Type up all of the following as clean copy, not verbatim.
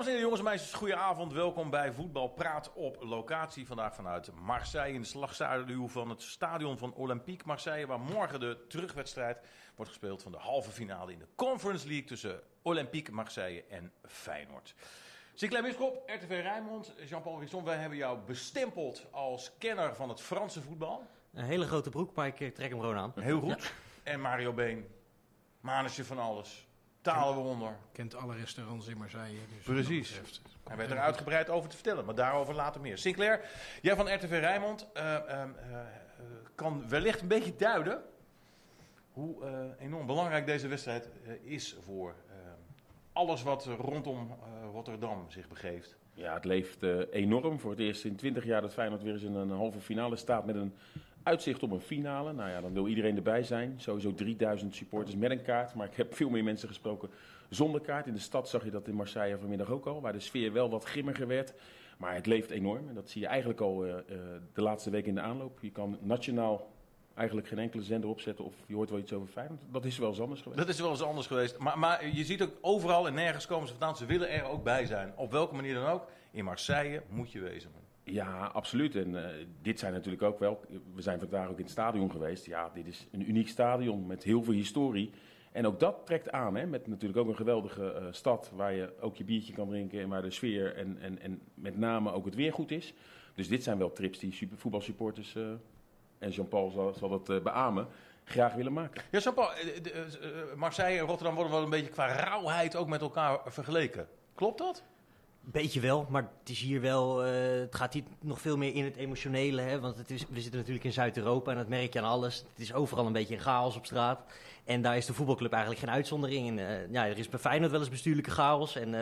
Dames en heren, jongens en meisjes, goedenavond. Welkom bij Voetbal Praat op locatie. Vandaag vanuit Marseille in de slagzaduw van het stadion van Olympique Marseille. Waar morgen de terugwedstrijd wordt gespeeld van de halve finale in de Conference League tussen Olympique Marseille en Feyenoord. Sinclair Bisschop, RTV Rijnmond, Jean-Paul Risson, wij hebben jou bestempeld als kenner van het Franse voetbal. Een hele grote broek, maar ik trek hem gewoon aan. Heel goed. Ja. En Mario Been, manetje van alles. Talenwonder. Kent alle restaurants in Marseille. Dus precies. Hij werd er uitgebreid over te vertellen, maar daarover later meer. Sinclair, jij van RTV Rijnmond kan wellicht een beetje duiden hoe enorm belangrijk deze wedstrijd is voor alles wat rondom Rotterdam zich begeeft. Ja, het leeft enorm. Voor het eerst in 20 jaar dat Feyenoord weer eens in een halve finale staat met een uitzicht op een finale. Nou ja, dan wil iedereen erbij zijn. Sowieso 3000 supporters met een kaart. Maar ik heb veel meer mensen gesproken zonder kaart. In de stad zag je dat in Marseille vanmiddag ook al. Waar de sfeer wel wat grimmiger werd. Maar het leeft enorm. En dat zie je eigenlijk al de laatste week in de aanloop. Je kan nationaal eigenlijk geen enkele zender opzetten of je hoort wel iets over Feyenoord. Dat is wel eens anders geweest. Dat is wel eens anders geweest. Maar je ziet ook overal en nergens komen ze vandaan. Ze willen er ook bij zijn. Op welke manier dan ook. In Marseille moet je wezen. Ja, absoluut. En dit zijn natuurlijk ook wel... We zijn vandaag ook in het stadion geweest. Ja, dit is een uniek stadion met heel veel historie. En ook dat trekt aan, hè? Met natuurlijk ook een geweldige stad waar je ook je biertje kan drinken en waar de sfeer en met name ook het weer goed is. Dus dit zijn wel trips die voetbalsupporters, en Jean-Paul zal dat beamen, graag willen maken. Ja, Jean-Paul, Marseille en Rotterdam worden wel een beetje qua rauwheid ook met elkaar vergeleken. Klopt dat? Beetje wel, maar het is hier wel. Het gaat hier nog veel meer in het emotionele. Hè? Want we zitten natuurlijk in Zuid-Europa en dat merk je aan alles. Het is overal een beetje een chaos op straat. En daar is de voetbalclub eigenlijk geen uitzondering in. Ja, er is bij Feyenoord wel eens bestuurlijke chaos en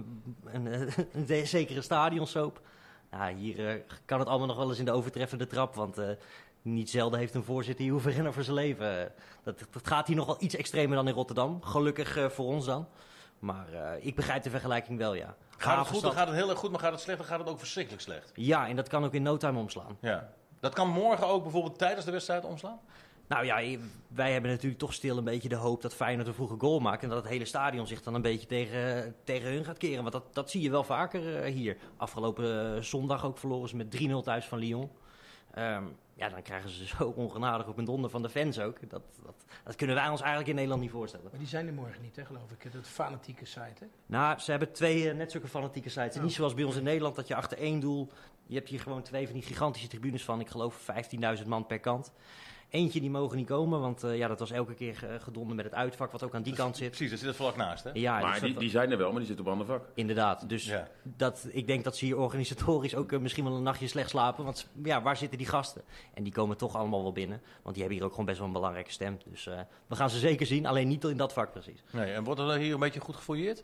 een zekere stadionsoap. Ja, hier kan het allemaal nog wel eens in de overtreffende trap. Want niet zelden heeft een voorzitter hier hoeven rennen voor zijn leven. Dat gaat hier nog wel iets extremer dan in Rotterdam. Gelukkig voor ons dan. Maar ik begrijp de vergelijking wel, ja. Gaat het goed, dan gaat het heel erg goed, maar gaat het slecht, dan gaat het ook verschrikkelijk slecht. Ja, en dat kan ook in no time omslaan. Ja. Dat kan morgen ook bijvoorbeeld tijdens de wedstrijd omslaan? Nou ja, wij hebben natuurlijk toch stil een beetje de hoop dat Feyenoord een vroege goal maakt. En dat het hele stadion zich dan een beetje tegen hun gaat keren. Want dat zie je wel vaker hier. Afgelopen zondag ook verloren ze met 3-0 thuis van Lyon. Ja, dan krijgen ze zo ongenadig op een donder van de fans ook. Dat kunnen wij ons eigenlijk in Nederland niet voorstellen. Maar die zijn er morgen niet, hè, geloof ik. Dat fanatieke site, hè? Nou, ze hebben twee net zulke fanatieke sites. Niet zoals bij ons in Nederland, dat je achter één doel... Je hebt hier gewoon twee van die gigantische tribunes van, ik geloof 15.000 man per kant. Eentje die mogen niet komen, want dat was elke keer gedonder met het uitvak wat ook aan die kant zit. Precies, dat zit er vlak naast, hè? Ja, maar die zijn er wel, maar die zitten op een ander vak. Inderdaad, dus ja. Ik denk dat ze hier organisatorisch ook misschien wel een nachtje slecht slapen. Want ja, waar zitten die gasten? En die komen toch allemaal wel binnen, want die hebben hier ook gewoon best wel een belangrijke stem. Dus we gaan ze zeker zien, alleen niet in dat vak precies. Nee, en wordt er hier een beetje goed gefouilleerd?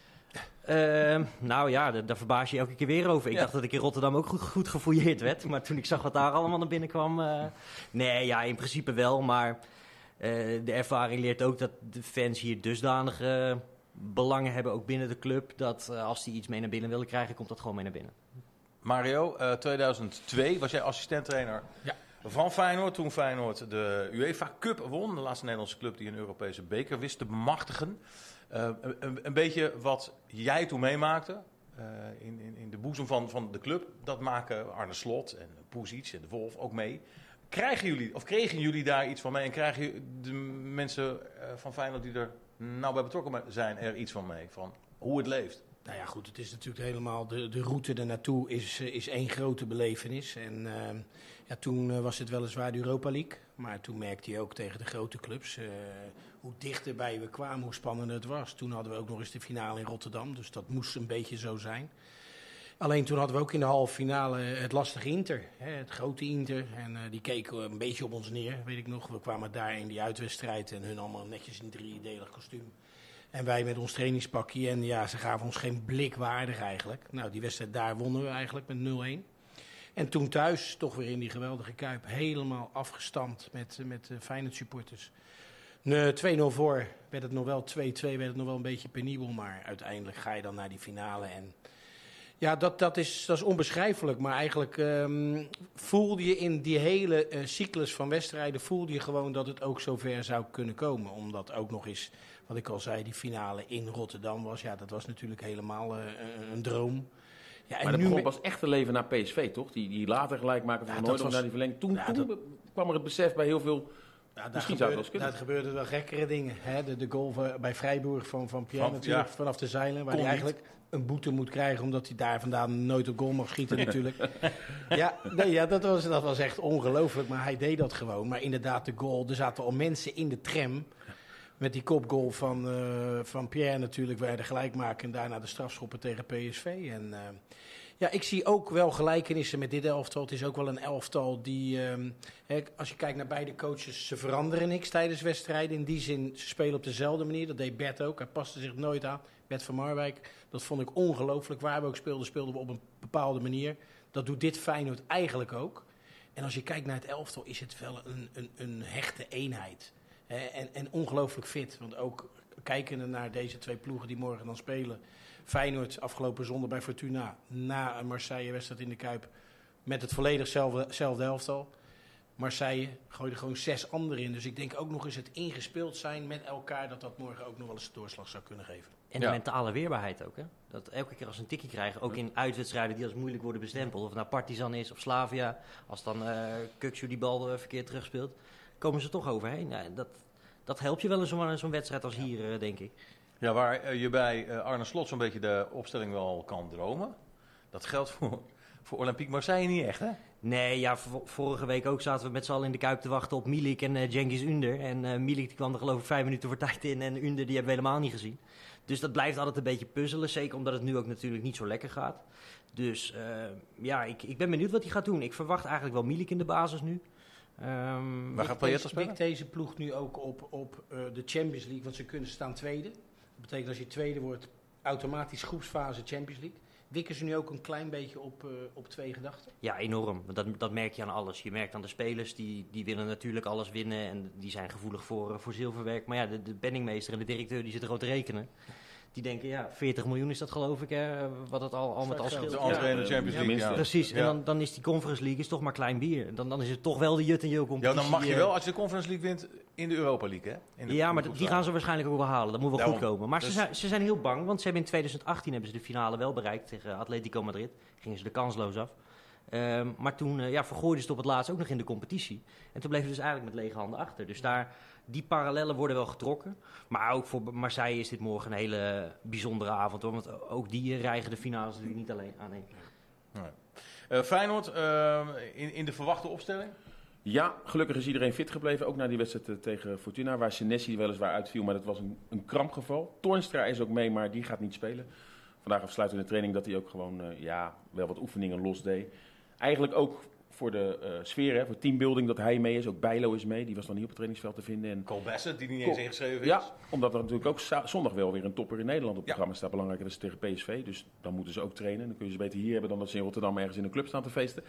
Nou ja, daar verbaas je elke keer weer over. Ik dacht dat ik in Rotterdam ook goed gefouilleerd werd. Maar toen ik zag wat daar allemaal naar binnen kwam... Nee, ja, in principe wel. Maar de ervaring leert ook dat de fans hier dusdanige belangen hebben, ook binnen de club, dat als die iets mee naar binnen willen krijgen, komt dat gewoon mee naar binnen. Mario, 2002 was jij assistenttrainer van Feyenoord. Toen Feyenoord de UEFA Cup won. De laatste Nederlandse club die een Europese beker wist te bemachtigen. Een beetje wat jij toen meemaakte in de boezem van de club. Dat maken Arne Slot en Pusic en de Wolf ook mee. Kregen jullie daar iets van mee? En krijgen de mensen van Feyenoord die er nou bij betrokken zijn er iets van mee? Van hoe het leeft? Nou ja, goed, het is natuurlijk helemaal... De route ernaartoe is één grote belevenis. En toen was het weliswaar de Europa League. Maar toen merkte je ook tegen de grote clubs hoe dichterbij we kwamen, hoe spannender het was. Toen hadden we ook nog eens de finale in Rotterdam. Dus dat moest een beetje zo zijn. Alleen toen hadden we ook in de halve finale het lastige Inter. Het grote Inter. En die keken een beetje op ons neer, weet ik nog. We kwamen daar in die uitwedstrijd en hun allemaal netjes in driedelig kostuum. En wij met ons trainingspakje. En ja, ze gaven ons geen blik waardig eigenlijk. Nou, die wedstrijd daar wonnen we eigenlijk met 0-1. En toen thuis, toch weer in die geweldige Kuip, helemaal afgestampt met Feyenoord supporters. 2-0 voor, werd het nog wel 2-2, werd het nog wel een beetje penibel. Maar uiteindelijk ga je dan naar die finale. En Ja, dat is onbeschrijfelijk. Maar eigenlijk voelde je in die hele cyclus van wedstrijden... voelde je gewoon dat het ook zover zou kunnen komen. Omdat ook nog eens, wat ik al zei, die finale in Rotterdam was. Ja, dat was natuurlijk helemaal een droom. Ja, maar dat begon pas echt te leven naar PSV, toch? Die later gelijk maken van nooit naar die verlenging. Toen kwam er het besef bij heel veel... Ja, daar gebeurden wel gekkere dingen. Hè? De goal bij Freiburg van Pierre natuurlijk, vanaf de zeilen. Waar hij eigenlijk een boete moet krijgen, omdat hij daar vandaan nooit op goal mag schieten natuurlijk. Dat was echt ongelooflijk, maar hij deed dat gewoon. Maar inderdaad, de goal, er zaten al mensen in de tram... met die kopgoal van Pierre natuurlijk, waar hij de gelijk maakte... en daarna de strafschoppen tegen PSV. En... ik zie ook wel gelijkenissen met dit elftal. Het is ook wel een elftal die, als je kijkt naar beide coaches, ze veranderen niks tijdens wedstrijden. In die zin, ze spelen op dezelfde manier. Dat deed Bert ook. Hij paste zich nooit aan. Bert van Marwijk, dat vond ik ongelooflijk. Waar we ook speelden we op een bepaalde manier. Dat doet dit Feyenoord eigenlijk ook. En als je kijkt naar het elftal, is het wel een hechte eenheid. En ongelooflijk fit. Want ook kijkende naar deze twee ploegen die morgen dan spelen... Feyenoord afgelopen zondag bij Fortuna, na een Marseille-wedstrijd in de Kuip, met het volledig zelfde elftal. Marseille gooide gewoon 6 anderen in. Dus ik denk ook nog eens het ingespeeld zijn met elkaar, dat morgen ook nog wel eens doorslag zou kunnen geven. En de mentale weerbaarheid ook, hè? Dat elke keer als ze een tikkie krijgen, ook in uitwedstrijden die als moeilijk worden bestempeld, of het nou Partizan is of Slavia, als dan Kukçu die bal verkeerd terugspeelt, komen ze toch overheen. Ja, dat helpt je wel in zo'n wedstrijd als hier, denk ik. Ja, waar je bij Arne Slot zo'n beetje de opstelling wel kan dromen. Dat geldt voor Olympique Marseille niet echt, hè? Nee, ja, vorige week ook zaten we met z'n allen in de Kuip te wachten op Milik en Cengiz Ünder. En Milik die kwam er geloof ik 5 minuten voor tijd in en Ünder die hebben we helemaal niet gezien. Dus dat blijft altijd een beetje puzzelen, zeker omdat het nu ook natuurlijk niet zo lekker gaat. Dus ik ben benieuwd wat hij gaat doen. Ik verwacht eigenlijk wel Milik in de basis nu. Waar gaat Payet spelen? Wikt deze ploeg nu ook op de Champions League, want ze staan tweede. Dat betekent als je tweede wordt, automatisch groepsfase Champions League. Wikken ze nu ook een klein beetje op 2 gedachten? Ja, enorm. Dat merk je aan alles. Je merkt aan de spelers, die willen natuurlijk alles winnen en die zijn gevoelig voor zilverwerk. Maar ja, de penningmeester en de directeur die zitten gewoon te rekenen. Die denken, 40 miljoen is dat geloof ik, hè, wat het al met al scheelt. De entree in de Champions League, ja. Precies, en dan is die Conference League is toch maar klein bier. Dan is het toch wel de Jut en Jul competitie. Ja, dan mag je wel, als je de Conference League wint, in de Europa League, hè? Maar die gaan ze waarschijnlijk ook wel halen. Dat moet wel goed komen. Maar ze zijn heel bang, want ze hebben in 2018 hebben ze de finale wel bereikt tegen Atletico Madrid. Gingen ze er kansloos af. Maar toen vergooiden ze het op het laatst ook nog in de competitie. En toen bleven ze dus eigenlijk met lege handen achter. Dus die parallellen worden wel getrokken. Maar ook voor Marseille is dit morgen een hele bijzondere avond, hoor. Want ook die rijgen de finales natuurlijk niet alleen aan. Nee. Feyenoord, in de verwachte opstelling? Ja, gelukkig is iedereen fit gebleven. Ook na die wedstrijd tegen Fortuna, waar Senesi weliswaar uitviel. Maar dat was een krampgeval. Toornstra is ook mee, maar die gaat niet spelen. Vandaag afsluitende training dat hij ook gewoon wel wat oefeningen los deed. Eigenlijk ook voor de sfeer, voor teambuilding, dat hij mee is. Ook Bijlo is mee, die was dan niet op het trainingsveld te vinden. En Cole Bassett, die niet eens ingeschreven is. Ja, omdat er natuurlijk ook zondag wel weer een topper in Nederland op het programma staat. Belangrijker is tegen PSV, dus dan moeten ze ook trainen. Dan kun je ze beter hier hebben dan dat ze in Rotterdam ergens in een club staan te feesten.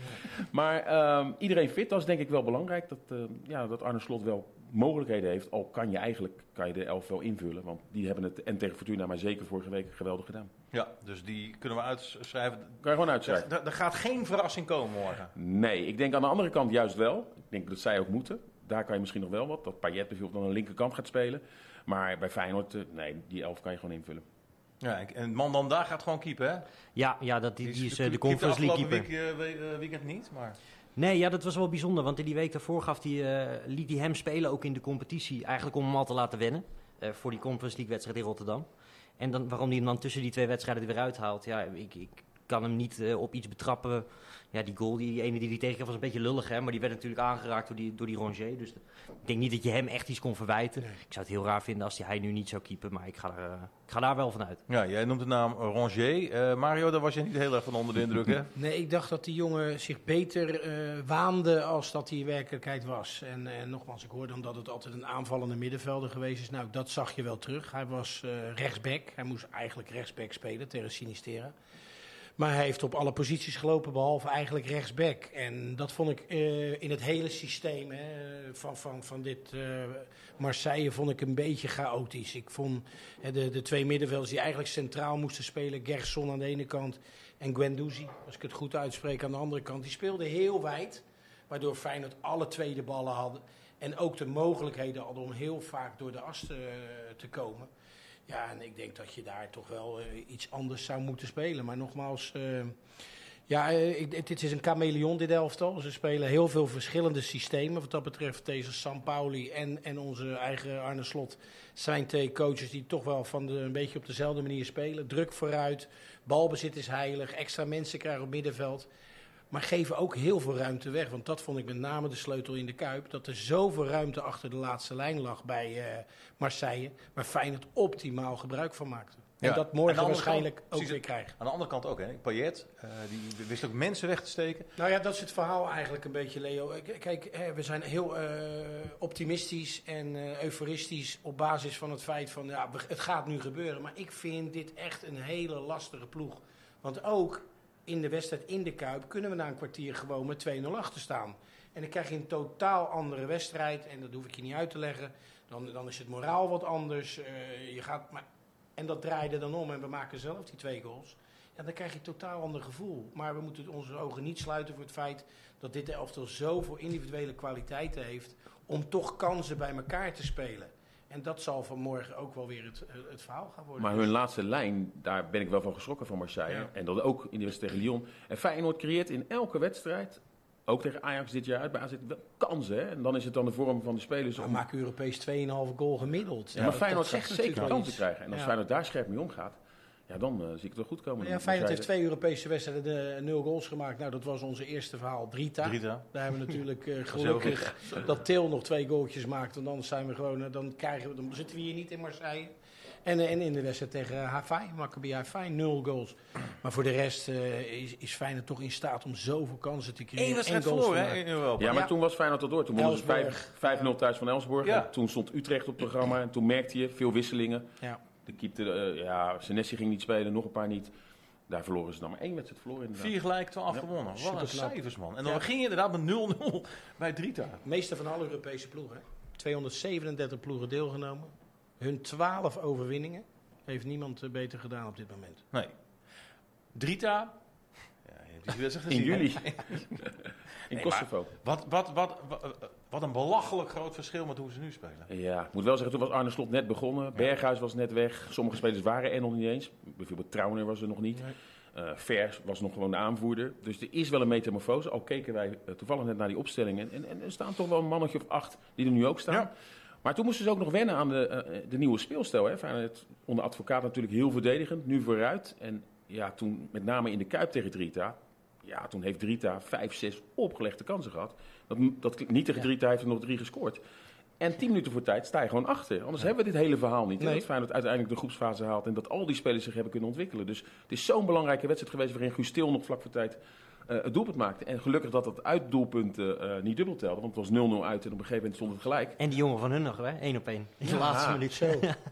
Maar iedereen fit, dat is denk ik wel belangrijk. Dat Arne Slot wel mogelijkheden heeft. Al kan je de 11 wel invullen. Want die hebben het en tegen Fortuna, maar zeker vorige week geweldig gedaan. Ja, dus die kunnen we uitschrijven. Kan je gewoon uitschrijven. Er gaat geen verrassing komen morgen. Nee, ik denk aan de andere kant juist wel. Ik denk dat zij ook moeten. Daar kan je misschien nog wel wat. Dat Payet bijvoorbeeld aan de linkerkant gaat spelen. Maar bij Feyenoord, die 11 kan je gewoon invullen. Ja, en Mandanda gaat gewoon keepen, hè? Ja, die is de Conference League keeper. Weekend niet, maar... Nee, ja, dat was wel bijzonder, want in die week daarvoor liet hij hem spelen ook in de competitie. Eigenlijk om hem al te laten wennen voor die Conference League wedstrijd in Rotterdam. En dan, waarom hij hem dan tussen die 2 wedstrijden er weer uithaalt, ja, ik kan hem niet op iets betrappen. Ja, die goal, die ene die hij tegenkreeg was een beetje lullig, hè, maar die werd natuurlijk aangeraakt door die Rongier. Dus ik denk niet dat je hem echt iets kon verwijten. Nee. Ik zou het heel raar vinden als hij nu niet zou keepen, maar ik ga daar wel van uit. Ja, jij noemt de naam Rongier. Mario, daar was je niet heel erg van onder de indruk, hè? Nee, ik dacht dat die jongen zich beter waande als dat hij in werkelijkheid was. En nogmaals, ik hoor dan dat het altijd een aanvallende middenvelder geweest is. Nou, dat zag je wel terug. Hij was rechtsback. Hij moest eigenlijk rechtsback spelen tegen Sinistera. Maar hij heeft op alle posities gelopen, behalve eigenlijk rechtsback. En dat vond ik in het hele systeem van dit Marseille vond ik een beetje chaotisch. Ik vond de twee middenvelders die eigenlijk centraal moesten spelen, Gerson aan de ene kant en Guendouzi, als ik het goed uitspreek, aan de andere kant. Die speelden heel wijd, waardoor Feyenoord alle twee de ballen hadden. En ook de mogelijkheden hadden om heel vaak door de as te komen. Ja, en ik denk dat je daar toch wel iets anders zou moeten spelen. Maar nogmaals, dit is een chameleon, dit elftal. Ze spelen heel veel verschillende systemen. Wat dat betreft, deze Sampaoli en onze eigen Arne Slot zijn twee coaches die toch wel een beetje op dezelfde manier spelen. Druk vooruit, balbezit is heilig, extra mensen krijgen op middenveld. Maar geven ook heel veel ruimte weg. Want dat vond ik met name de sleutel in de Kuip. Dat er zoveel ruimte achter de laatste lijn lag bij Marseille. Waar Feyenoord optimaal gebruik van maakte. En dat morgen waarschijnlijk ook weer krijgen. Aan de andere kant ook, hè. Payet, die wist ook mensen weg te steken. Nou ja, dat is het verhaal eigenlijk een beetje, Leo. Kijk, we zijn heel optimistisch en euforistisch op basis van het feit van, ja, het gaat nu gebeuren. Maar ik vind dit echt een hele lastige ploeg. Want ook in de wedstrijd in de Kuip kunnen we na een kwartier gewoon met 2-0 achter staan. En dan krijg je een totaal andere wedstrijd. En dat hoef ik je niet uit te leggen. Dan is het moraal wat anders. En dat draaide dan om en we maken zelf die 2 goals. Ja, dan krijg je een totaal ander gevoel. Maar we moeten onze ogen niet sluiten voor het feit dat dit elftal zoveel individuele kwaliteiten heeft om toch kansen bij elkaar te spelen. En dat zal vanmorgen ook wel weer het verhaal gaan worden. Maar hun laatste lijn, daar ben ik wel van geschrokken van Marseille. Ja. En dat ook in de wedstrijd tegen Lyon. En Feyenoord creëert in elke wedstrijd, ook tegen Ajax dit jaar uit bij AZ, wel kansen. Hè? En dan is het dan de vorm van de spelers. We maken Europees 2,5 goal gemiddeld. Ja, maar Feyenoord zegt zeker kansen krijgen. En als Feyenoord daar scherp mee omgaat, ja, dan zie ik het wel goed komen. Ja, Feyenoord heeft 2 Europese wedstrijden 0 goals gemaakt. Nou, dat was onze eerste verhaal. Drita. Daar hebben we natuurlijk gelukkig dat Til nog 2 goaltjes maakt. Want anders zijn we gewoon, dan zitten we hier niet in Marseille. En in de wedstrijd tegen Hawaii, Maccabi Haifa, 0 goals. Maar voor de rest is Feyenoord toch in staat om zoveel kansen te creëren. Eén wedstrijd verloren in Europa. Ja, maar toen was Feyenoord al door. Toen wonnen ze 5-0 thuis van Elfsborg. Ja. En toen stond Utrecht op het programma. En toen merkte je veel wisselingen. Ja. De keeper, Senesi ging niet spelen, nog een paar niet. Daar verloren ze dan maar 1 wedstrijd verloren. Inderdaad. 4 gelijk, 12 gewonnen. Wat een cijfers, man. En dan ging je inderdaad met 0-0 bij Drita. Meeste van alle Europese ploegen. 237 ploegen deelgenomen. Hun 12 overwinningen. Heeft niemand beter gedaan op dit moment. Nee. Drita. Ja, die gezien, in juli. In Kosovo. Wat een belachelijk groot verschil met hoe ze nu spelen. Ja, ik moet wel zeggen, toen was Arne Slot net begonnen. Berghuis was net weg. Sommige spelers waren er nog niet eens. Bijvoorbeeld Trauner was er nog niet. Vers was nog gewoon de aanvoerder. Dus er is wel een metamorfose. Al keken wij toevallig net naar die opstellingen. En er staan toch wel een mannetje of 8 die er nu ook staan. Ja. Maar toen moesten ze ook nog wennen aan de nieuwe speelstijl. Hè. Onder advocaat natuurlijk heel verdedigend, nu vooruit. En ja, toen met name in de Kuip tegen Drita. Ja, toen heeft Drita 5-6 opgelegde kansen gehad. Niet tegen Drita heeft er nog 3 gescoord. En 10 minuten voor tijd sta je gewoon achter. Anders hebben we dit hele verhaal niet. Nee. Dat Feyenoord uiteindelijk de groepsfase haalt en dat al die spelers zich hebben kunnen ontwikkelen. Dus het is zo'n belangrijke wedstrijd geweest waarin Guus Til nog vlak voor tijd het doelpunt maakte. En gelukkig dat het uitdoelpunt niet dubbel telde. Want het was 0-0 uit en op een gegeven moment stond het gelijk. En die jongen van hun nog, hè? 1 op 1. In de laatste minuut. Zo.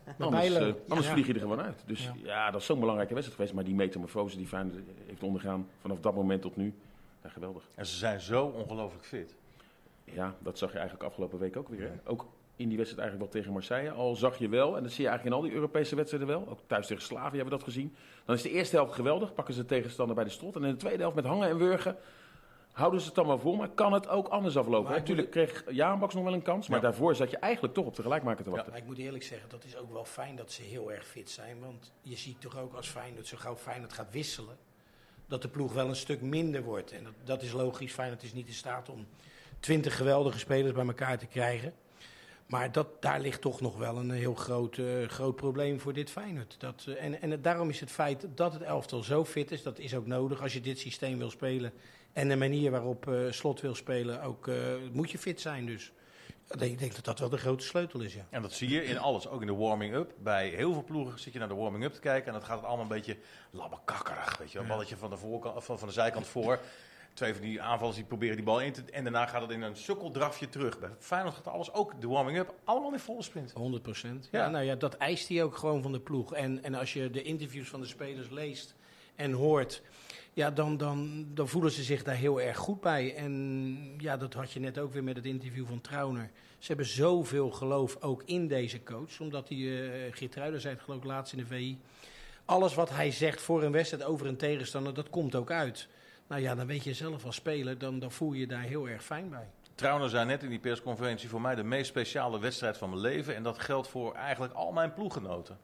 Anders vlieg je er gewoon uit. Dus ja, dat is zo'n belangrijke wedstrijd geweest. Maar die metamorfose die Feyenoord heeft ondergaan vanaf dat moment tot nu. Ja, geweldig. En ze zijn zo ongelooflijk fit. Ja, dat zag je eigenlijk afgelopen week ook weer. Hè? Ook in die wedstrijd eigenlijk wel tegen Marseille. Al zag je wel, en dat zie je eigenlijk in al die Europese wedstrijden wel. Ook thuis tegen Slavia hebben we dat gezien. Dan is de eerste helft geweldig. Pakken ze de tegenstander bij de strot. En in de tweede helft met hangen en wurgen houden ze het dan wel vol. Maar kan het ook anders aflopen? Natuurlijk kreeg Jaanbaks nog wel een kans. Maar daarvoor zat je eigenlijk toch op de gelijkmaker te wachten. Ja, ik moet eerlijk zeggen, dat is ook wel fijn dat ze heel erg fit zijn. Want je ziet toch ook als Feyenoord zo gauw Feyenoord gaat wisselen, dat de ploeg wel een stuk minder wordt. En dat is logisch. Feyenoord is niet in staat om 20 geweldige spelers bij elkaar te krijgen. Maar daar ligt toch nog wel een heel groot probleem voor dit Feyenoord. Daarom is het feit dat het elftal zo fit is, dat is ook nodig als je dit systeem wil spelen. En de manier waarop Slot wil spelen, ook moet je fit zijn dus. Ik denk dat dat wel de grote sleutel is, ja. En dat zie je in alles, ook in de warming-up. Bij heel veel ploegen zit je naar de warming-up te kijken en dan gaat het allemaal een beetje labbekakkerig. Weet je, een balletje van de voorkant, van de zijkant voor. 2 van die aanvallers die proberen die bal in te... En daarna gaat het in een sukkeldrafje terug. Bij Feyenoord gaat alles, ook de warming-up, allemaal in volle sprint. 100%. Ja, nou ja, dat eist hij ook gewoon van de ploeg. En als je de interviews van de spelers leest en hoort, ja, dan voelen ze zich daar heel erg goed bij. En ja, dat had je net ook weer met het interview van Trauner. Ze hebben zoveel geloof ook in deze coach, omdat Geert Ruijden zei het geloof ik laatst in de VI. Alles wat hij zegt voor een wedstrijd over een tegenstander, dat komt ook uit. Nou ja, dan weet je zelf als speler, dan voel je je daar heel erg fijn bij. Trauner zei net in die persconferentie, voor mij de meest speciale wedstrijd van mijn leven. En dat geldt voor eigenlijk al mijn ploeggenoten.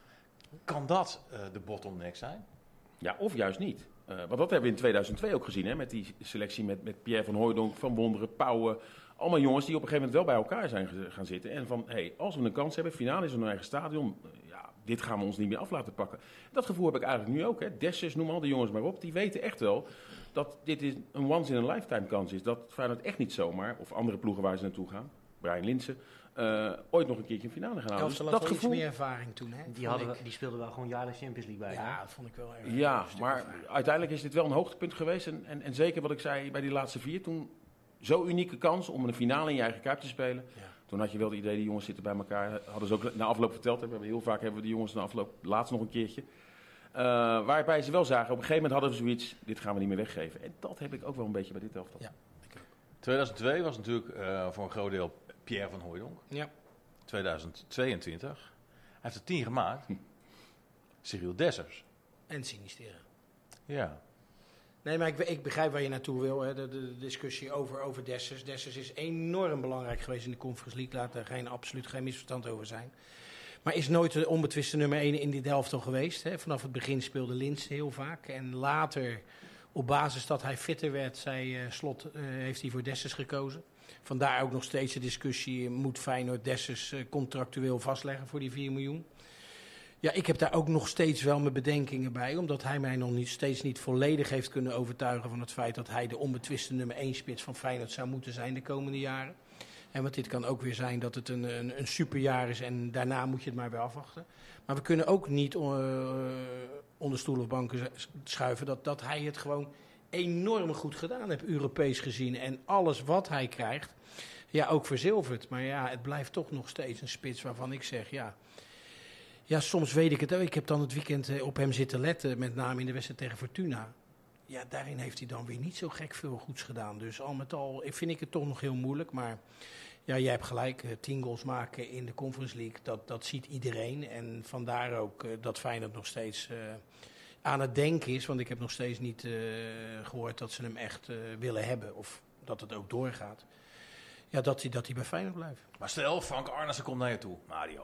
Kan dat de bottleneck zijn? Ja, of juist niet. Want dat hebben we in 2002 ook gezien, hè, met die selectie met Pierre van Hooijdonk, Van Wonderen, Pauwen. Allemaal jongens die op een gegeven moment wel bij elkaar zijn gaan zitten. En van, als we een kans hebben, finale is een eigen stadion, dit gaan we ons niet meer af laten pakken. Dat gevoel heb ik eigenlijk nu ook. Hè. Dessers, noem al die jongens maar op, die weten echt wel dat dit een once-in-a-lifetime kans is. Dat Feyenoord echt niet zomaar, of andere ploegen waar ze naartoe gaan, Brian Linssen, ooit nog een keertje een finale gaan halen. Dus dat gevoel... iets meer ervaring toen, hè? Die speelden wel gewoon jaarlijks Champions League bij. Ja, dat vond ik wel erg. Ja, maar uiteindelijk is dit wel een hoogtepunt geweest. En zeker wat ik zei bij die laatste 4, toen zo'n unieke kans om een finale in je eigen kuip te spelen. Ja. Toen had je wel het idee, die jongens zitten bij elkaar. Hadden ze ook na afloop verteld. Heel vaak hebben we die jongens na afloop laatst nog een keertje. Waarbij ze wel zagen, op een gegeven moment hadden we zoiets, dit gaan we niet meer weggeven. En dat heb ik ook wel een beetje bij dit elftal. Ja. 2002 was natuurlijk voor een groot deel Pierre van Hooijdonk. Ja. 2022. Hij heeft er 10 gemaakt. Cyril Dessers. En Sinisterra. Ja. Nee, maar ik begrijp waar je naartoe wil. Hè. De discussie over Dessers. Dessers is enorm belangrijk geweest in de Conference League. Laat er absoluut geen misverstand over zijn. Maar is nooit de onbetwiste nummer 1 in dit elftal geweest. Hè. Vanaf het begin speelde Linssen heel vaak. En later, op basis dat hij fitter werd, zei Slot, heeft hij voor Dessers gekozen. Vandaar ook nog steeds de discussie, moet Feyenoord Dessers contractueel vastleggen voor die 4 miljoen? Ja, ik heb daar ook nog steeds wel mijn bedenkingen bij. Omdat hij mij nog steeds niet volledig heeft kunnen overtuigen van het feit dat hij de onbetwiste nummer 1 spits van Feyenoord zou moeten zijn de komende jaren. En want dit kan ook weer zijn dat het een superjaar is en daarna moet je het maar weer afwachten. Maar we kunnen ook niet onder stoel of banken schuiven dat hij het gewoon enorm goed gedaan heeft, Europees gezien. En alles wat hij krijgt, ja, ook verzilverd. Maar ja, het blijft toch nog steeds een spits waarvan ik zeg, ja, soms weet ik het ook. Ik heb dan het weekend op hem zitten letten, met name in de wedstrijd tegen Fortuna. Ja, daarin heeft hij dan weer niet zo gek veel goeds gedaan. Dus al met al vind ik het toch nog heel moeilijk. Maar ja, jij hebt gelijk, 10 goals maken in de Conference League, dat ziet iedereen. En vandaar ook dat Feyenoord nog steeds aan het denken is. Want ik heb nog steeds niet gehoord dat ze hem echt willen hebben. Of dat het ook doorgaat. Ja, dat hij bij Feyenoord blijft. Maar stel, Frank Arnesen komt naar je toe. Mario,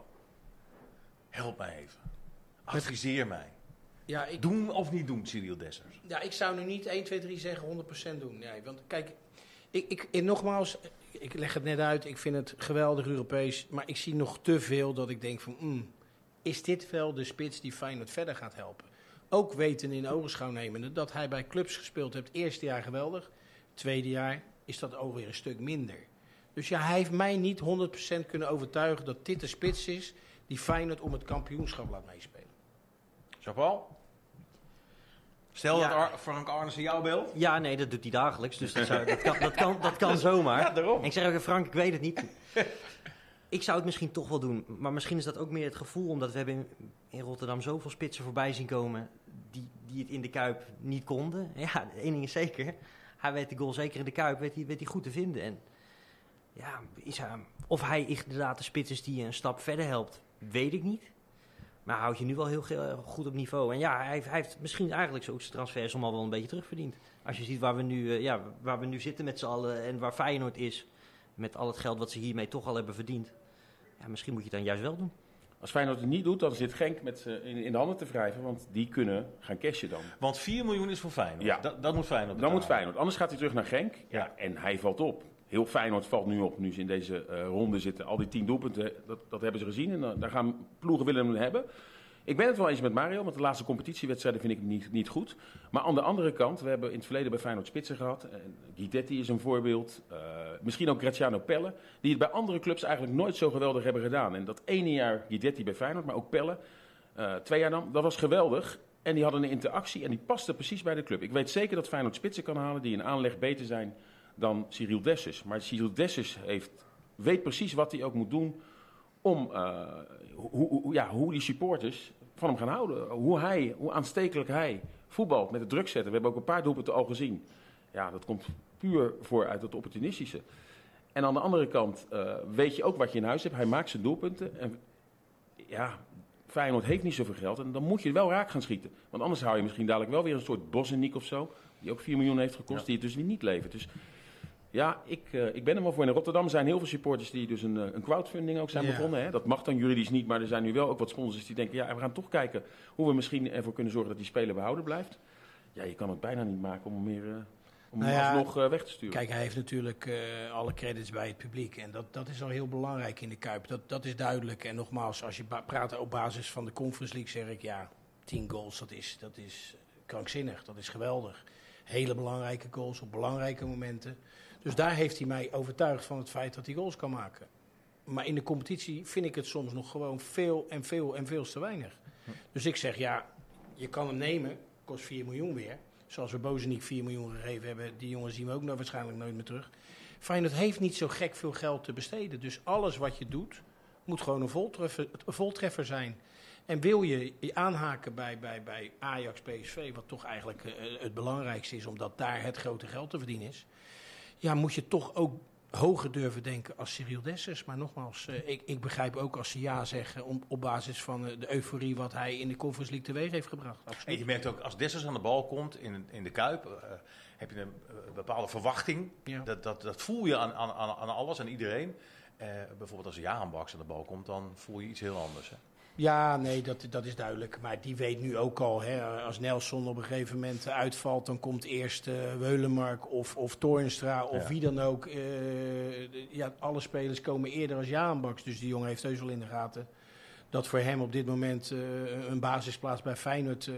help mij even. Adviseer mij. Ja, doen of niet doen, Cyril Dessers? Ja, ik zou nu niet 1, 2, 3 zeggen 100% doen. Nee, want kijk, nogmaals, ik leg het net uit. Ik vind het geweldig Europees. Maar ik zie nog te veel dat ik denk van, is dit wel de spits die Feyenoord verder gaat helpen? Ook weten in ogenschouw nemende dat hij bij clubs gespeeld heeft. Eerste jaar geweldig. Tweede jaar is dat ook weer een stuk minder. Dus ja, hij heeft mij niet 100% kunnen overtuigen dat dit de spits is die Feyenoord om het kampioenschap laat meespelen. Jean-Paul? Stel dat Frank Arnesen jou belt. Ja, nee, dat doet hij dagelijks. Dus dat kan zomaar. Ja, daarom. En ik zeg ook, Frank, ik weet het niet. Ik zou het misschien toch wel doen. Maar misschien is dat ook meer het gevoel, omdat we hebben in Rotterdam zoveel spitsen voorbij zien komen die het in de Kuip niet konden. Ja, één ding is zeker. Hij weet de goal zeker in de Kuip, weet hij goed te vinden. En ja, of hij inderdaad de spits is die een stap verder helpt, weet ik niet. Maar hij houdt je nu wel heel goed op niveau. En ja, hij heeft misschien eigenlijk zo zijn transfers allemaal wel een beetje terugverdiend. Als je ziet waar we nu zitten met z'n allen en waar Feyenoord is, met al het geld wat ze hiermee toch al hebben verdiend. Ja, misschien moet je het dan juist wel doen. Als Feyenoord het niet doet, dan zit Genk met ze in de handen te wrijven, want die kunnen gaan cashen dan. Want 4 miljoen is voor Feyenoord. Ja. Dat moet Feyenoord betalen. Dan moet Feyenoord. Anders gaat hij terug naar Genk. Ja, en hij valt op. Heel Feyenoord valt nu op. Nu ze in deze ronde zitten. Al die 10 doelpunten, dat hebben ze gezien. En daar gaan ploegen willen hem hebben. Ik ben het wel eens met Mario, want de laatste competitiewedstrijden vind ik niet goed. Maar aan de andere kant, we hebben in het verleden bij Feyenoord spitsen gehad. Guidetti is een voorbeeld. Misschien ook Graziano Pelle. Die het bij andere clubs eigenlijk nooit zo geweldig hebben gedaan. En dat ene jaar Guidetti bij Feyenoord, maar ook Pelle. 2 jaar dan, dat was geweldig. En die hadden een interactie en die paste precies bij de club. Ik weet zeker dat Feyenoord spitsen kan halen die in aanleg beter zijn dan Cyril Dessers. Maar Cyril Dessers weet precies wat hij ook moet doen om hoe die supporters van hem gaan houden. Hoe aanstekelijk hij voetbalt, met het druk zetten. We hebben ook een paar doelpunten al gezien. Ja, dat komt puur voor uit het opportunistische. En aan de andere kant weet je ook wat je in huis hebt. Hij maakt zijn doelpunten. En ja, Feyenoord heeft niet zoveel geld. En dan moet je wel raak gaan schieten. Want anders hou je misschien dadelijk wel weer een soort Bosniek of zo. Die ook 4 miljoen heeft gekost. Die het dus niet levert. Dus ja, ik ben er wel voor. In Rotterdam zijn heel veel supporters die dus een crowdfunding ook zijn begonnen. Hè. Dat mag dan juridisch niet. Maar er zijn nu wel ook wat sponsors die denken... Ja, we gaan toch kijken hoe we misschien ervoor kunnen zorgen dat die speler behouden blijft. Ja, je kan het bijna niet maken om meer... Om hem alsnog weg te sturen. Kijk, hij heeft natuurlijk alle credits bij het publiek. En dat is al heel belangrijk in de Kuip. Dat is duidelijk. En nogmaals, als je praat op basis van de Conference League, zeg ik 10 goals, dat is krankzinnig. Dat is geweldig. Hele belangrijke goals op belangrijke momenten. Dus daar heeft hij mij overtuigd van het feit dat hij goals kan maken. Maar in de competitie vind ik het soms nog gewoon veel te weinig. Dus ik zeg, je kan hem nemen, kost 4 miljoen weer. Zoals we Bozeniek 4 miljoen gegeven hebben. Die jongen zien we ook nog waarschijnlijk nooit meer terug. Feyenoord heeft niet zo gek veel geld te besteden. Dus alles wat je doet, moet gewoon een voltreffer zijn. En wil je aanhaken bij Ajax, PSV, wat toch eigenlijk het belangrijkste is, omdat daar het grote geld te verdienen is. Ja, moet je toch ook hoger durven denken als Cyril Dessers. Maar nogmaals, ik begrijp ook als ze ja zeggen op basis van de euforie wat hij in de Conference League teweeg heeft gebracht. Absoluut. En je merkt ook, als Dessers aan de bal komt in de Kuip, heb je een bepaalde verwachting. Ja. Dat voel je aan alles, aan iedereen. Bijvoorbeeld als Jahan Baks aan de bal komt, dan voel je iets heel anders. Hè? Ja, nee, dat is duidelijk. Maar die weet nu ook al, hè, als Nelson op een gegeven moment uitvalt, dan komt eerst Weulenmark of Toornstra of wie dan ook. Alle spelers komen eerder als Jahan Baks. Dus die jongen heeft heus wel in de gaten dat voor hem op dit moment een basisplaats bij Feyenoord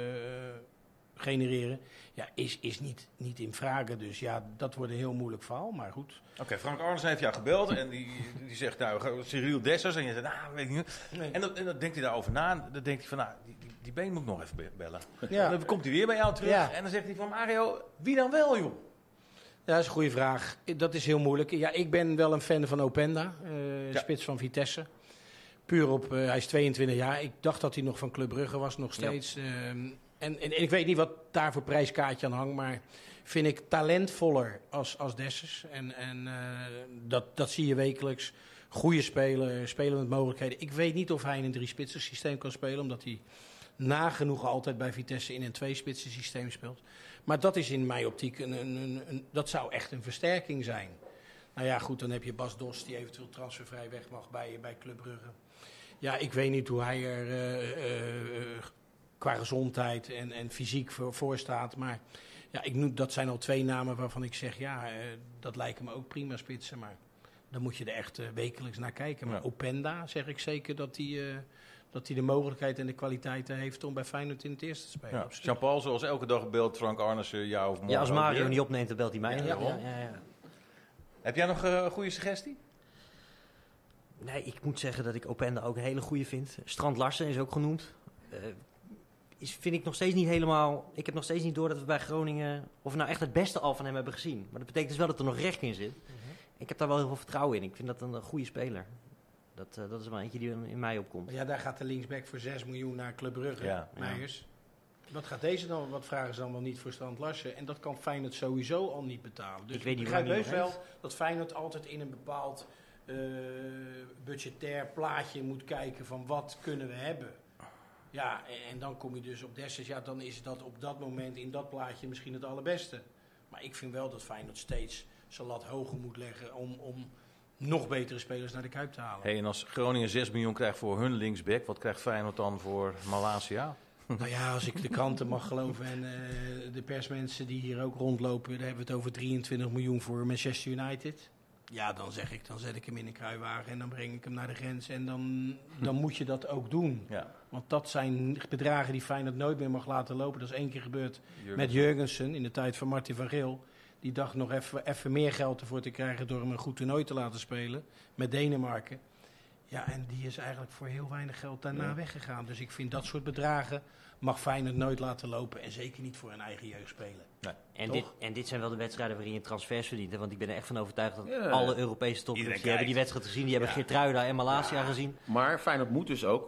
genereren, is niet in vragen. Dus dat wordt een heel moeilijk verhaal, maar goed. Oké, Frank Arnesen heeft jou gebeld en die zegt, Cyril Dessers. En je zegt, weet ik niet. Nee. En dan denkt hij daarover na. En dan denkt hij van, die been moet ik nog even bellen. Ja. En dan komt hij weer bij jou terug. Ja. En dan zegt hij van, Mario, wie dan wel, joh? Ja, dat is een goede vraag. Dat is heel moeilijk. Ja, ik ben wel een fan van Openda, spits van Vitesse. Puur op, hij is 22 jaar. Ik dacht dat hij nog van Club Brugge was, nog steeds. Ja. En ik weet niet wat daar voor prijskaartje aan hangt, maar vind ik talentvoller als Dessers. En dat zie je wekelijks. Goede speler, spelen met mogelijkheden. Ik weet niet of hij in een 3-spitsen systeem kan spelen, omdat hij nagenoeg altijd bij Vitesse in een 2-spitsen systeem speelt. Maar dat is in mijn optiek, dat zou echt een versterking zijn. Nou ja, goed, dan heb je Bas Dost die eventueel transfervrij weg mag bij Club Brugge. Ja, ik weet niet hoe hij er qua gezondheid en fysiek voor staat. Maar dat zijn al 2 namen waarvan ik zeg, dat lijken me ook prima spitsen. Maar dan moet je er echt wekelijks naar kijken. Maar Openda zeg ik zeker dat hij de mogelijkheid en de kwaliteiten heeft om bij Feyenoord in het eerste te spelen. Ja. Jean-Paul, zoals elke dag belt Frank Arnesen jou of morgen. Ja, als Mario niet opneemt, dan belt hij mij. Ja. Heb jij nog een goede suggestie? Nee, ik moet zeggen dat ik Openda ook een hele goede vind. Strand Larsen is ook genoemd. Vind ik nog steeds niet helemaal. Ik heb nog steeds niet door dat we bij Groningen of we nou echt het beste al van hem hebben gezien. Maar dat betekent dus wel dat er nog recht in zit. Ik heb daar wel heel veel vertrouwen in. Ik vind dat een goede speler. Dat is wel eentje die in mij opkomt. Ja, daar gaat de linksback voor 6 miljoen naar Club Brugge. Meijers. Wat gaat deze dan? Wat vragen ze dan wel niet voor Strand Larsen? En dat kan Feyenoord sowieso al niet betalen. Dus ik begrijp heus wel dat Feyenoord altijd in een bepaald budgetair plaatje moet kijken van wat kunnen we hebben. Ja, en dan kom je dus op Dessers. Ja, dan is dat op dat moment in dat plaatje misschien het allerbeste. Maar ik vind wel dat Feyenoord steeds zijn lat hoger moet leggen om nog betere spelers naar de Kuip te halen. Hey, en als Groningen 6 miljoen krijgt voor hun linksback, wat krijgt Feyenoord dan voor Malasia? Nou ja, als ik de kranten mag geloven en de persmensen die hier ook rondlopen, dan hebben we het over 23 miljoen voor Manchester United. Ja, dan zet ik hem in een kruiwagen en dan breng ik hem naar de grens. En dan moet je dat ook doen. Ja. Want dat zijn bedragen die Feyenoord nooit meer mag laten lopen. Dat is 1 keer gebeurd met Jurgensen in de tijd van Martin van Geel. Die dacht nog even meer geld ervoor te krijgen door hem een goed toernooi te laten spelen. Met Denemarken. Ja, en die is eigenlijk voor heel weinig geld daarna weggegaan. Dus ik vind dat soort bedragen mag Feyenoord nooit laten lopen. En zeker niet voor hun eigen jeugd spelen. Nee. En dit zijn wel de wedstrijden waarin je transfers verdient. Hè? Want ik ben er echt van overtuigd dat alle Europese topclubs die hebben die wedstrijd gezien. Die hebben Geertruida en Malasia gezien. Maar Feyenoord moet dus ook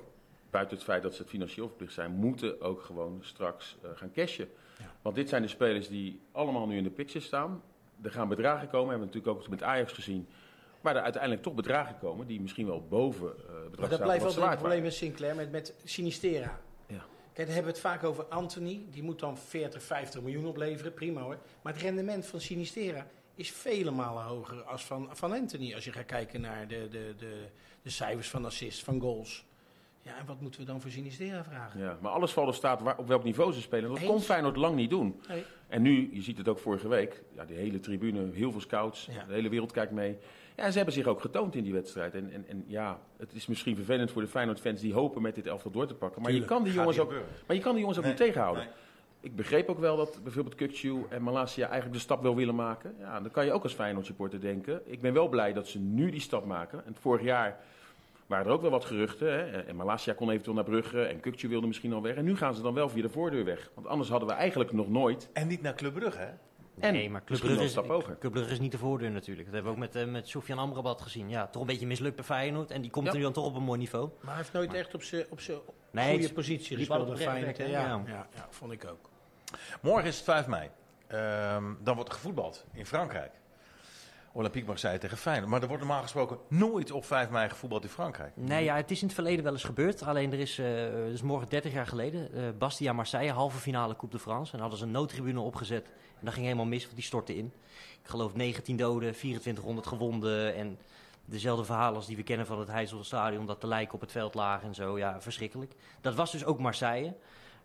buiten het feit dat ze het financieel verplicht zijn, moeten ook gewoon straks gaan cashen. Ja. Want dit zijn de spelers die allemaal nu in de picture staan. Er gaan bedragen komen, hebben we natuurlijk ook met Ajax gezien. Maar er uiteindelijk toch bedragen komen die misschien wel boven het bedrag Maar dat staan blijft wat wel het zwaar probleem met Sinclair, met Sinistera. Ja. Kijk, dan hebben we het vaak over Anthony. Die moet dan 40, 50 miljoen opleveren. Prima hoor. Maar het rendement van Sinistera is vele malen hoger als van Anthony. Als je gaat kijken naar de cijfers van assists, van goals. Ja, en wat moeten we dan voor Sinistera vragen? Ja, maar alles valt of staat op welk niveau ze spelen. Dat Eens. kon Feyenoord lang niet doen. Nee. En nu, je ziet het ook vorige week, ja, die hele tribune, heel veel scouts, Ja. de hele wereld kijkt mee. Ja, en ze hebben zich ook getoond in die wedstrijd. En ja, het is misschien vervelend voor de Feyenoord-fans die hopen met dit elftal door te pakken. Maar je kan die jongens ook niet tegenhouden. Nee. Ik begreep ook wel dat bijvoorbeeld Kukçu en Malacia eigenlijk de stap wel willen maken. Ja, dan kan je ook als Feyenoord-supporter denken. Ik ben wel blij dat ze nu die stap maken. En vorig jaar waren er ook wel wat geruchten. Hè? En Malacia kon eventueel naar Brugge en Kukçu wilde misschien al weg. En nu gaan ze dan wel via de voordeur weg. Want anders hadden we eigenlijk nog nooit. En niet naar Club Brugge, hè? En Nee, maar Club misschien wel Brugge een stap hoger. Club Brugge is niet de voordeur natuurlijk. Dat hebben we ook met Soufiane Amrabat gezien. Ja, toch een beetje mislukt bij Feyenoord. En die komt Ja. er nu dan toch op een mooi niveau. Maar hij heeft nooit echt op zijn Nee, goede het- positie die gespeeld bal bij op Feyenoord. recht, hè? hè? Ja, vond ik ook. Morgen is het 5 mei. Dan wordt er gevoetbald in Frankrijk. Olympique Marseille tegen Feyenoord. Maar er wordt normaal gesproken nooit op 5 mei gevoetbald in Frankrijk. Nee, ja, het is in het verleden wel eens gebeurd. Alleen er is dus morgen 30 jaar geleden, Bastia Marseille, halve finale Coupe de France. En hadden ze een noodtribune opgezet. En dat ging helemaal mis, want die stortte in. Ik geloof 19 doden, 2400 gewonden. En dezelfde verhalen als die we kennen van het Heizelstadion, dat de lijken op het veld lagen en zo. Ja, verschrikkelijk. Dat was dus ook Marseille.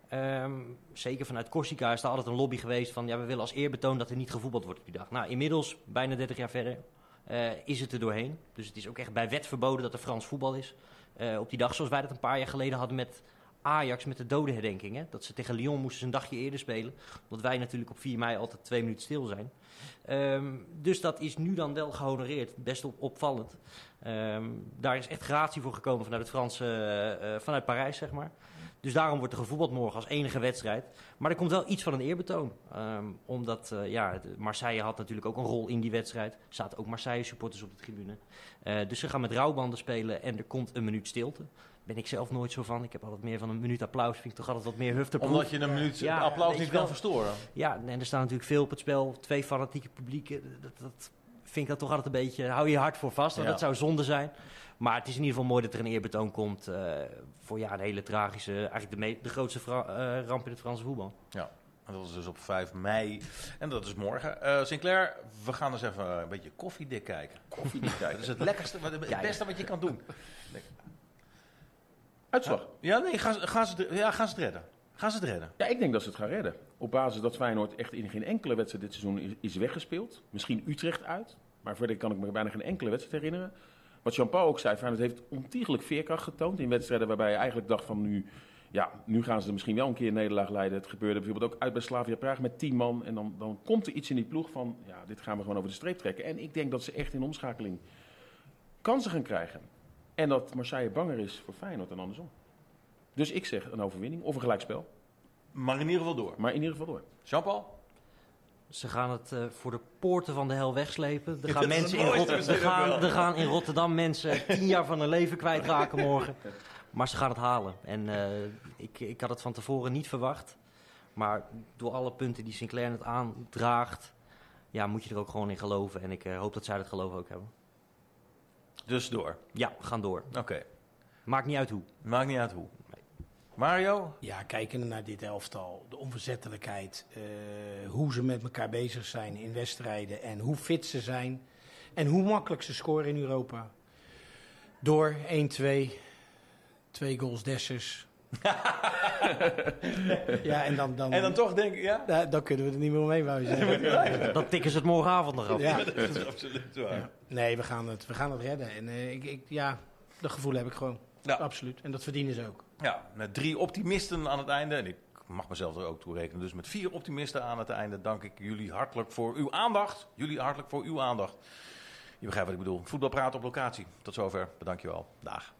Zeker vanuit Corsica is er altijd een lobby geweest van, ja, we willen als eerbetoon dat er niet gevoetbald wordt op die dag. Nou, inmiddels, bijna 30 jaar verder, is het er doorheen. Dus het is ook echt bij wet verboden dat er Frans voetbal is. Op die dag zoals wij dat een paar jaar geleden hadden met Ajax, met de dodenherdenking. Hè? Dat ze tegen Lyon moesten ze een dagje eerder spelen. Omdat wij natuurlijk op 4 mei altijd 2 minuten stil zijn. Dus dat is nu dan wel gehonoreerd. Best opvallend. Daar is echt gratie voor gekomen vanuit het Franse, vanuit Parijs, zeg maar. Dus daarom wordt er gevoetbald morgen als enige wedstrijd. Maar er komt wel iets van een eerbetoon. Omdat Marseille had natuurlijk ook een rol in die wedstrijd. Er zaten ook Marseille-supporters op de tribune. Dus ze gaan met rouwbanden spelen en er komt een minuut stilte. Ben ik zelf nooit zo van. Ik heb altijd meer van een minuut applaus. Vind ik toch altijd wat meer hufteproef. Omdat je een minuut Ja, applaus weet niet je wel. kan verstoren. Ja, en er staat natuurlijk veel op het spel. 2 fanatieke publieken. Dat vind ik dat toch altijd een beetje... Hou je hart voor vast, want Ja. dat zou zonde zijn. Maar het is in ieder geval mooi dat er een eerbetoon komt... voor een hele tragische... Eigenlijk de grootste ramp in het Franse voetbal. Ja, en dat is dus op 5 mei. En dat is morgen. Sinclair, we gaan eens even een beetje koffiedik kijken. Koffiedik kijken. Dat is het lekkerste, het beste wat je kan doen. Uitslag. Ja, nee, gaan ze het redden. Gaan ze het redden? Ja, ik denk dat ze het gaan redden. Op basis dat Feyenoord echt in geen enkele wedstrijd dit seizoen is weggespeeld. Misschien Utrecht uit. Maar verder kan ik me bijna geen enkele wedstrijd herinneren. Wat Jean-Paul ook zei, Feyenoord heeft ontiegelijk veerkracht getoond. In wedstrijden waarbij je eigenlijk dacht van nu gaan ze er misschien wel een keer een nederlaag leiden. Het gebeurde bijvoorbeeld ook uit bij Slavia Praag met 10 man. En dan komt er iets in die ploeg van, ja, dit gaan we gewoon over de streep trekken. En ik denk dat ze echt in omschakeling kansen gaan krijgen. En dat Marseille banger is voor Feyenoord en andersom. Dus ik zeg een overwinning of een gelijkspel. Maar in ieder geval door. Maar in ieder geval door. Jean-Paul? Ze gaan het voor de poorten van de hel wegslepen. Er Ja, gaan, dat is mensen het mooiste misschien ook wel. er gaan in Rotterdam mensen 10 jaar van hun leven kwijtraken morgen. Maar ze gaan het halen. En ik had het van tevoren niet verwacht. Maar door alle punten die Sinclair het aandraagt, ja, moet je er ook gewoon in geloven. En ik hoop dat zij dat geloof ook hebben. Dus door. Ja, we gaan door. Oké. Maakt niet uit hoe. Maakt niet uit hoe. Mario? Ja, kijkende naar dit elftal, de onverzettelijkheid, hoe ze met elkaar bezig zijn in wedstrijden en hoe fit ze zijn en hoe makkelijk ze scoren in Europa. Door 1-2, 2 goals Dessers. Ja, en dan toch denk ik, ja? dan kunnen we er niet meer omheen, wou je zeggen. Dan tikken ze het morgenavond nog af. Ja. Dat is absoluut waar. Ja. Nee, we gaan het redden. En dat gevoel heb ik gewoon. Ja. Absoluut. En dat verdienen ze ook. Ja, met 3 optimisten aan het einde. En ik mag mezelf er ook toe rekenen. Dus met 4 optimisten aan het einde dank ik jullie hartelijk voor uw aandacht. Je begrijpt wat ik bedoel. Voetbalpraat op locatie. Tot zover. Bedankt je wel. Dag.